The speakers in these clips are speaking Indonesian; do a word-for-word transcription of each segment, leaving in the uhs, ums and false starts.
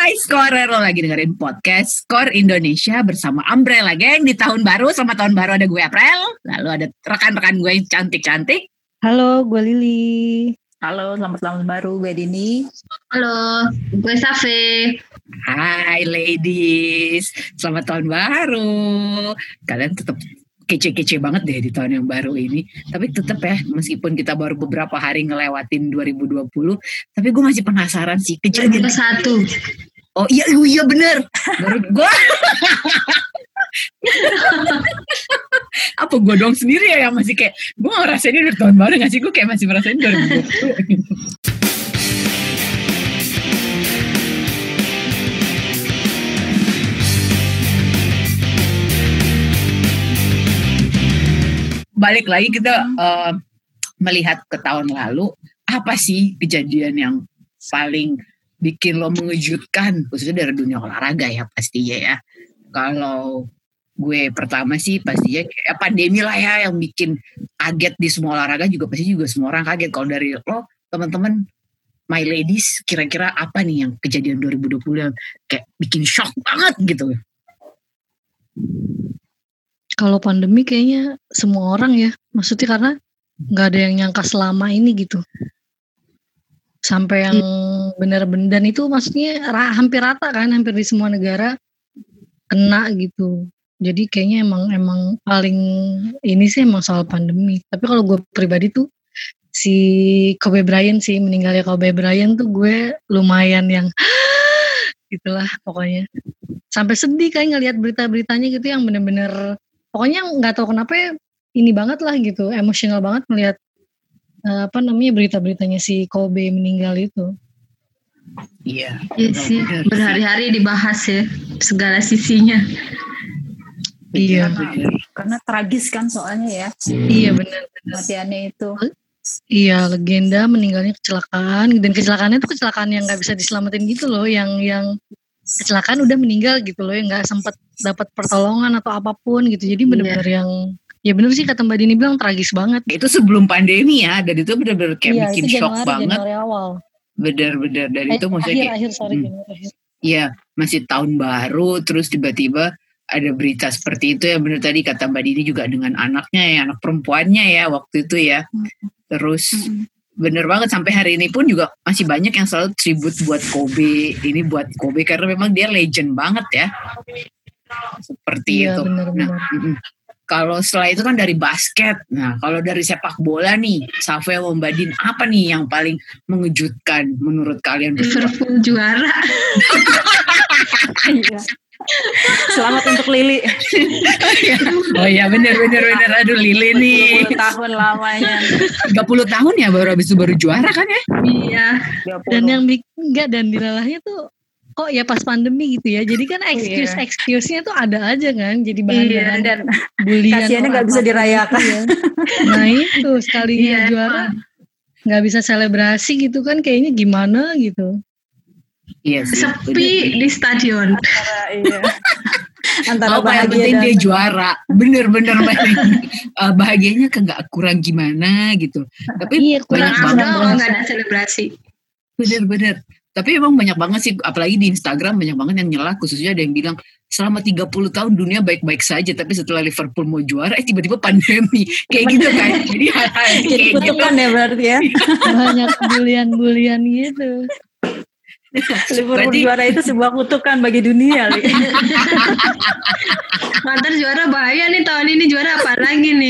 Hai Scorer, lo lagi dengerin podcast Skor Indonesia bersama Umbrella Gang di tahun baru. Selamat tahun baru, ada gue April. Lalu ada rekan-rekan gue yang cantik-cantik. Halo, gue Lili. Halo, selamat tahun baru, gue Dini. Halo, gue Safe. Hai ladies, selamat tahun baru. Kalian tetap kece-kece banget deh di tahun yang baru ini. Tapi tetap ya, meskipun kita baru beberapa hari ngelewatin dua ribu dua puluh, tapi gue masih penasaran sih kejadian satu. Oh iya, iya bener. Baru gue. Apa gue dong sendiri ya yang masih kayak, gue ngerasain ini udah tahun baru gak sih? Gue kayak masih merasain dua ribu dua puluh. Balik lagi kita uh, melihat ke tahun lalu, apa sih kejadian yang paling bikin lo mengejutkan, khususnya dari dunia olahraga ya pastinya ya. Kalau gue pertama sih pastinya kayak pandemi lah ya yang bikin kaget di semua olahraga, juga pasti juga semua orang kaget. Kalau dari lo teman-teman, my ladies, kira-kira apa nih yang kejadian dua ribu dua puluh yang kayak bikin shock banget gitu? Kalau pandemi kayaknya semua orang ya, maksudnya karena nggak ada yang nyangka selama ini gitu. Sampai yang benar-benar, dan itu maksudnya ra, hampir rata kan, hampir di semua negara kena gitu. Jadi kayaknya emang emang paling ini sih emang soal pandemi. Tapi kalau gue pribadi tuh si Kobe Bryant sih, meninggalnya Kobe Bryant tuh gue lumayan yang gitulah pokoknya. Sampai sedih kan ngelihat berita-beritanya gitu yang benar-benar pokoknya nggak tahu kenapa ya, ini banget lah gitu, emosional banget melihat uh, apa namanya berita-beritanya si Kobe meninggal itu. Iya. Iya sih, berhari-hari dibahas ya segala sisinya. Iya. Karena, karena tragis kan soalnya ya. Iya benar. Kematiannya itu. Iya, legenda meninggalnya kecelakaan, dan kecelakaannya itu kecelakaan yang nggak bisa diselamatin gitu loh, yang yang kecelakaan udah meninggal gitu loh, yang nggak sempat dapat pertolongan atau apapun gitu. Jadi benar-benar iya. yang ya benar sih kata Mbak Dini bilang tragis banget. Itu sebelum pandemi ya, dan itu benar-benar kayak iya, bikin itu shock Januari, banget. Januari awal. Benar-benar dari eh, itu maksudnya akhir, kayak akhir sorry hmm, Januari akhir. Iya, masih tahun baru terus tiba-tiba ada berita seperti itu ya, benar tadi kata Mbak Dini juga dengan anaknya ya, anak perempuannya ya waktu itu ya. Terus bener banget sampai hari ini pun juga masih banyak yang selalu tribute buat Kobe, ini buat Kobe karena memang dia legend banget ya. Seperti iya, itu. Bener, nah, bener. kalau setelah itu kan dari basket. Nah, kalau dari sepak bola nih, Safe sama Mbak Din, apa nih yang paling mengejutkan menurut kalian? Liverpool juara. Iya. Selamat untuk Lili. Oh iya bener bener bener. Aduh Lili nih tiga puluh tahun lamanya. tiga puluh tahun ya baru habis itu baru juara kan ya? Iya. Dan yang enggak, dan dilalahnya tuh kok ya pas pandemi gitu ya. Jadi kan excuse-excuse-nya tuh ada aja kan. Jadi bahan iya, dan bulian. Kasiannya gak bisa dirayakan. Gitu ya. Nah itu sekalinya iya, juara gak bisa selebrasi gitu kan, kayaknya gimana gitu. Iya sih, sepi bener. Di stadion. Antara, iya. Antara oh, bahagia penting dan dia juara. Bener-bener uh, bahagianya kan gak kurang gimana gitu. Tapi iya, banyak banget gak ada selebrasi. Bener-bener. Tapi emang banyak banget sih, apalagi di Instagram banyak banget yang nyela, khususnya ada yang bilang selama tiga puluh tahun dunia baik-baik saja, tapi setelah Liverpool mau juara, eh tiba-tiba pandemi. Kayak gitu kan. Jadi hal-hal jadi kutukan gitu. Ya berarti ya. Banyak bulian-bulian gitu. Liverpool berarti, juara itu sebuah kutukan bagi dunia. Mantan juara bahaya nih, tahun ini juara apa lagi nih?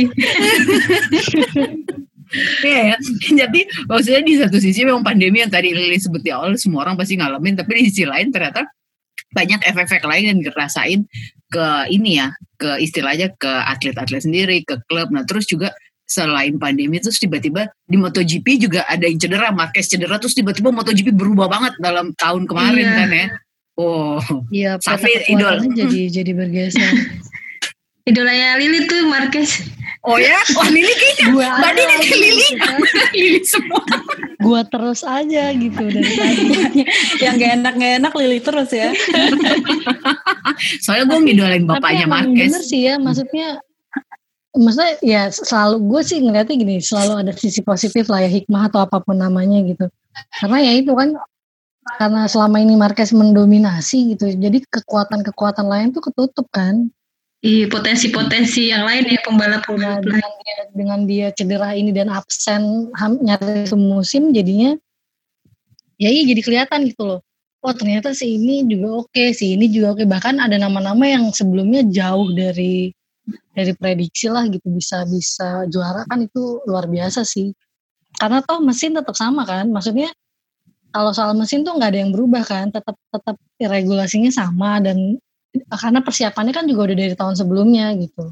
Iya ya, jadi maksudnya di satu sisi memang pandemi yang tadi Lili sebut di awal semua orang pasti ngalamin, tapi di sisi lain ternyata banyak efek-efek lain yang dirasain ke ini ya, ke istilahnya ke atlet-atlet sendiri, ke klub. Nah terus juga selain pandemi terus tiba-tiba di MotoGP juga ada yang cedera, Marquez cedera, terus tiba-tiba MotoGP berubah banget dalam tahun kemarin iya. kan ya. Oh, iya, Safi idol jadi jadi bergeser. Idolanya Lili tuh Marquez. Oh ya? Oh Lili kayaknya Mbak Dini nih Lili Lili semua. Gua terus aja gitu dari tadi. Yang gak enak-gak enak Lili terus ya. Soalnya gue ngidolain bapaknya Marquez. Tapi bener sih ya, maksudnya maksudnya ya selalu gue sih ngeliatnya gini, selalu ada sisi positif lah ya, hikmah atau apapun namanya gitu. Karena ya itu kan karena selama ini Marquez mendominasi gitu, jadi kekuatan-kekuatan lain tuh ketutup kan. Iya, potensi-potensi yang lain ya pembalap Nah, pembalap lain. dengan dia dengan dia cedera ini dan absen ham- nyaris musim, jadinya ya iya jadi kelihatan gitu loh. Oh ternyata si ini juga oke, si ini juga oke. Bahkan ada nama-nama yang sebelumnya jauh dari dari prediksi lah gitu, bisa bisa juara kan, itu luar biasa sih. Karena toh mesin tetap sama kan, maksudnya kalau soal mesin tuh nggak ada yang berubah kan, tetap tetap regulasinya sama, dan karena persiapannya kan juga udah dari tahun sebelumnya gitu.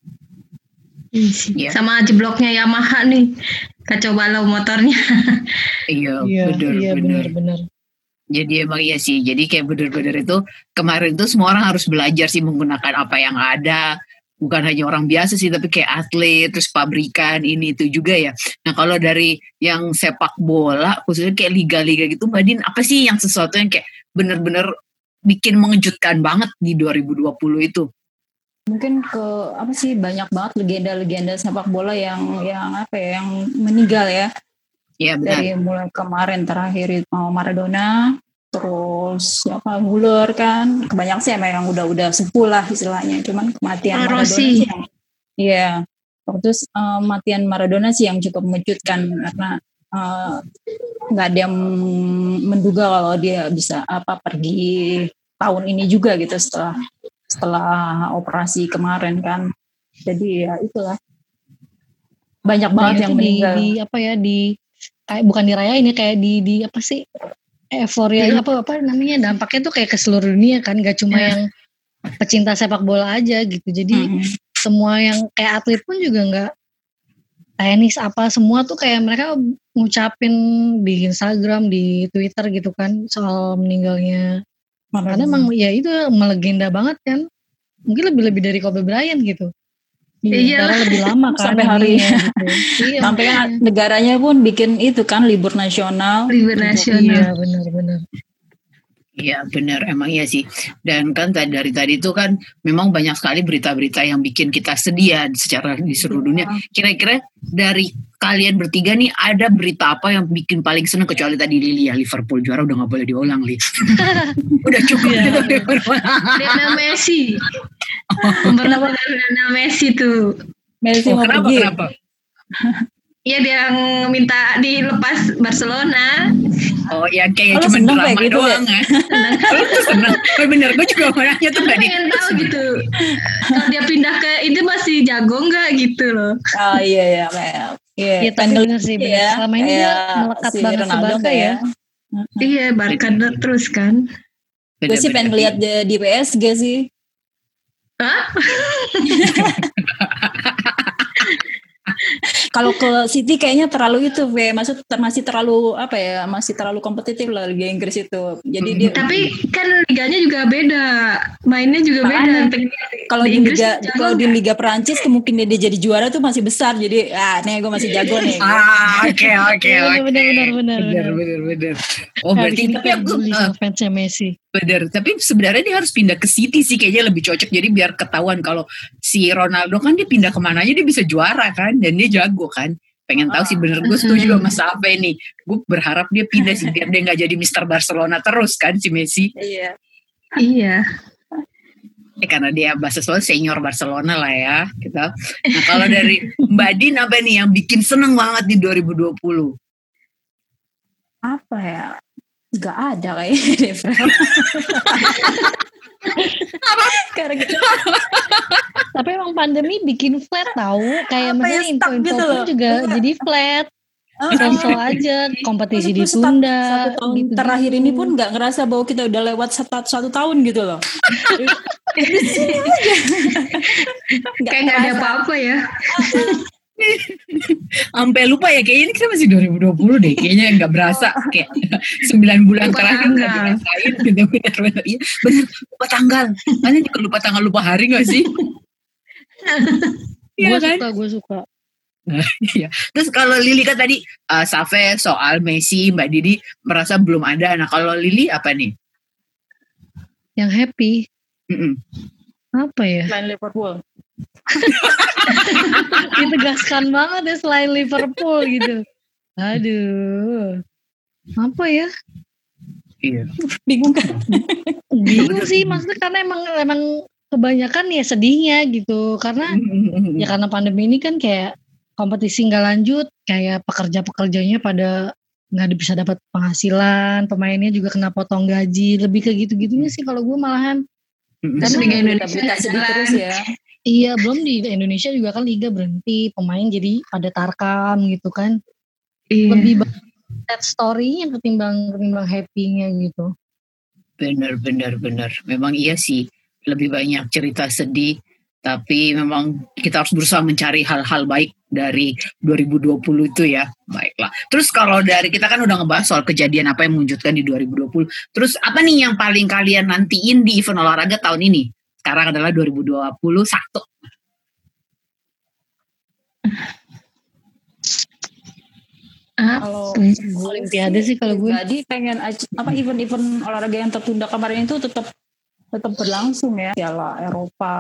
Iya. Sama jebloknya Yamaha nih, kacau balau motornya. Iya, Iya, bener, iya bener. benar-benar. Jadi emang iya sih. Jadi kayak bener-bener itu kemarin tuh semua orang harus belajar sih menggunakan apa yang ada. Bukan hanya orang biasa sih, tapi kayak atlet, terus pabrikan, ini itu juga ya. Nah kalau dari yang sepak bola, khususnya kayak liga-liga gitu, Mbak Din, apa sih yang sesuatu yang kayak bener-bener bikin mengejutkan banget di dua ribu dua puluh itu? Mungkin ke apa sih, banyak banget legenda-legenda sepak bola yang yang apa ya, yang meninggal ya. Iya benar. Dari mulai kemarin terakhir itu Maradona, terus siapa, Müller kan, kebanyakan sih emang yang udah-udah sepuh lah istilahnya, cuman kematian Ah, Maradona Rossi. sih yang iya, terus eh, kematian Maradona sih yang cukup mengejutkan, karena eh, nggak ada yang menduga kalau dia bisa apa pergi tahun ini juga gitu, setelah setelah operasi kemarin kan. Jadi ya itulah, banyak banget Nah, yang itu di, meninggal. di apa ya, di kayak bukan dirayain ya, kayak di di apa sih, euforia Hmm. apa apa namanya, dampaknya tuh kayak ke seluruh dunia kan, gak cuma Ya. yang pecinta sepak bola aja gitu. Jadi Mm-mm. semua yang kayak atlet pun juga nggak, tenis apa semua tuh kayak mereka ngucapin di Instagram, di Twitter gitu kan soal meninggalnya. Karena emang ya itu melegenda banget kan, mungkin lebih-lebih dari Kobe Bryant gitu. Iya. Karena lebih lama kan Sampai hari ininya gitu. Iya, sampai kan makanya. negaranya pun bikin itu kan libur nasional. Libur Untuk- nasional. Iya benar-benar. Iya benar, emang iya sih. Dan kan tadi- dari tadi itu kan memang banyak sekali berita-berita yang bikin kita sedih ya secara di seluruh dunia. Kira-kira dari kalian bertiga nih ada berita apa yang bikin paling seneng, kecuali tadi Lili ya, Liverpool juara udah nggak boleh diulang, Li. Udah cukup Iya. gitu Liverpool. Lionel Messi. Pembalap Lionel Messi tuh. Messi Oh, mau kenapa pergi. kenapa? Iya, dia yang minta dilepas Barcelona. Oh ya kayak Oh, lu cuma seneng drama kayak gitu doang ya. Oh, lu seneng. Oh, bener, gue juga mau nanya tuh Aku tadi. pengen tahu gitu. Kalau dia pindah ke itu masih jago nggak gitu loh. Oh iya iya, kayak iya. Iya tapi Pengen benar sih, benar. ya, Selama ini dia kayak melekat si banget ke Ronaldo Barca nggak ya. Iya, Barca terus kan. Gue sih pengen lihat dia di P S G sih. Hah? Kalau ke City kayaknya terlalu itu, V. Maksud ter- masih terlalu apa ya? Masih terlalu kompetitif lah Liga Inggris itu. Jadi dia Tapi kan liganya juga beda. Mainnya juga Makanya, beda. kalau di, Liga kalau di Liga Perancis kemungkinan dia jadi juara tuh masih besar. Jadi ah nih gue masih jago nih. Ah, oke oke Iya, oke. benar, benar, benar, Bener benar. bener bener. Oh Habis berarti ini tapi kayak aku bully eh, sama fansnya Messi. bener. Tapi sebenarnya dia harus pindah ke City sih, kayaknya lebih cocok. Jadi biar ketahuan kalau si Ronaldo kan dia pindah kemana aja dia bisa juara kan, dan dia jago kan. Pengen tahu sih, bener, gue setuju sama Safe nih. Gue berharap dia pindah sih biar dia nggak jadi Mister Barcelona terus kan si Messi. Iya. Iya. Eh, karena dia bahasa soal senior Barcelona lah ya gitu. Nah kalau dari Mbak Din apa nih yang bikin seneng banget di dua ribu dua puluh? Apa ya? Gak ada kayaknya. Karena gitu. Tapi emang pandemi bikin flat tahu, kayak Apa ya, misalnya stuck info-info gitu pun loh. juga jadi flat. Oh, So-so aja, kompetisi Maksud gue setahun- ditunda. Satu tahun gitu-gitu. terakhir ini pun nggak ngerasa bahwa kita udah lewat satu, satu tahun gitu loh. Kayak nggak ada apa-apa ya. Sampai lupa ya, kayaknya ini kita masih dua ribu dua puluh deh, kayaknya nggak berasa kayak sembilan bulan Lupa terakhir nggak tanggal. dirasain gitu, bener-bener iya bener, lupa tanggal, kalian juga lupa tanggal lupa hari nggak sih? Iya Gue kan? suka, gue suka. Iya. Terus kalau Lili kan tadi uh, Safe soal Messi, Mbak Didi merasa belum ada. Nah kalau Lili apa nih? Yang happy, Mm-mm. apa ya? Selain Liverpool. Ditegaskan banget ya selain Liverpool gitu. Aduh. Apa ya? Iya. Bingung kan? Bingung sih, maksudnya karena emang emang kebanyakan ya sedihnya gitu, karena ya karena pandemi ini kan kayak kompetisi nggak lanjut, kayak pekerja-pekerjanya pada nggak bisa dapat penghasilan, pemainnya juga kena potong gaji, lebih ke gitu-gitunya sih kalau gue malahan. Terus Karena Liga berita Indonesia sedih jalan. terus ya. Iya, belum di Indonesia juga kan liga berhenti, pemain jadi pada tarkam gitu kan. Iya. Lebih banyak sad story-nya ketimbang ketimbang happy-nya gitu. Bener, bener, bener. Memang iya sih, lebih banyak cerita sedih, tapi memang kita harus berusaha mencari hal-hal baik dari dua ribu dua puluh itu ya. Baiklah. Terus kalau dari, kita kan udah ngebahas soal kejadian apa yang mengejutkan di dua ribu dua puluh. Terus apa nih yang paling kalian nantiin di event olahraga tahun ini? Sekarang adalah dua ribu dua puluh satu. Ah, Kalau Olimpiade sih kalau gue. Jadi pengen aj- apa event-event olahraga yang tertunda kemarin itu tetap tetap berlangsung ya. Piala Eropa,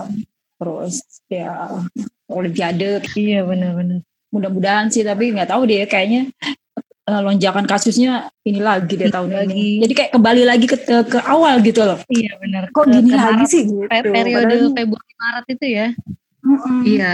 terus ya Olimpiade. Iya benar-benar. Mudah-mudahan sih, tapi nggak tahu deh, kayaknya eh, lonjakan kasusnya ini lagi deh tahun Lagi. ini. Jadi kayak kembali lagi ke ke awal gitu loh. Iya benar. Kok Ke- gini ke lagi Maret, sih gitu. pe- periode Padahal- Februari Maret itu ya. Mm-mm. Iya.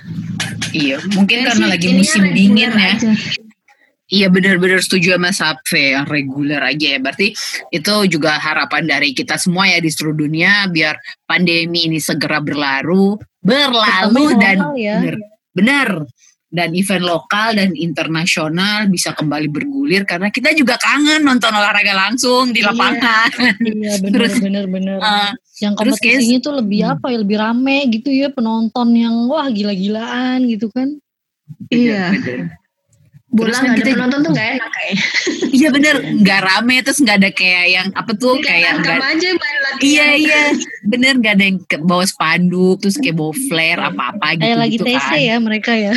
Iya, mungkin Kayaknya karena sih lagi ininya musim reguler dingin ya. aja. Iya benar-benar setuju sama Sapve, yang reguler aja ya. Berarti itu juga harapan dari kita semua ya di seluruh dunia, biar pandemi ini segera berlalu, berlalu Terutama dan lokal ya. benar, benar. Dan event lokal dan internasional bisa kembali bergulir, karena kita juga kangen nonton olahraga langsung di Iya. lapangan. Iya Terus, benar-benar benar. Uh, Yang terus kompetisinya tuh lebih Hmm. apa ya, lebih rame gitu ya, penonton yang wah gila-gilaan gitu kan. Iya. benar-benar. Bola Terus kan nggak ada kita- penonton tuh nggak enak kayak. Iya benar, nggak rame, terus nggak ada kayak yang apa tuh kayak Kayak nggak. aja main latihan. Iya iya, bener gak ada yang ke- bawa spanduk terus kayak bawa flare apa-apa gitu Kayak lagi gitu T C kan. ya mereka ya.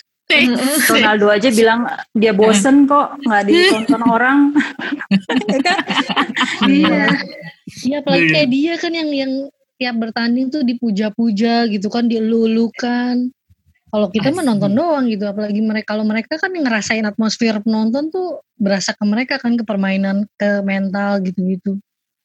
Ronaldo aja bilang dia bosen kok nggak ditonton orang. Ya kan? Iya. Iya apalagi Bener. kayak dia kan yang yang tiap bertanding tuh dipuja-puja gitu kan, dielulukan. Kalau kita mah Asli. nonton doang gitu, apalagi mereka, kalau mereka kan yang ngerasain atmosfer penonton tuh berasa ke mereka kan, ke permainan, ke mental gitu-gitu.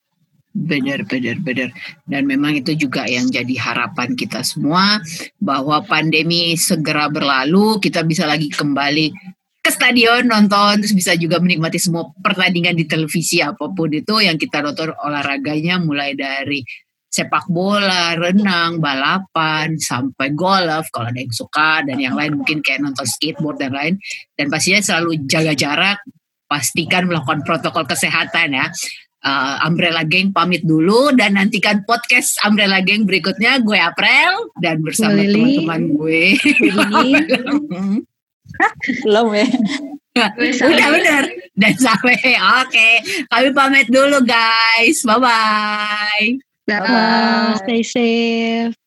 Bener bener bener. Dan memang itu juga yang jadi harapan kita semua, bahwa pandemi segera berlalu, kita bisa lagi kembali ke stadion nonton, terus bisa juga menikmati semua pertandingan di televisi apapun itu yang kita nonton olahraganya, mulai dari sepak bola, renang, balapan, sampai golf kalau ada yang suka, dan yang lain mungkin kayak nonton skateboard dan lain. Dan pastinya selalu jaga jarak, pastikan melakukan protokol kesehatan ya. Uh, Umbrella Gang pamit dulu, dan nantikan podcast Umbrella Gang berikutnya. Gue April dan bersama Gue Lili. teman-teman gue. Belum ya. Udah bener. Dan sampai oke, kami pamit dulu guys. Bye bye. Bye. Stay safe.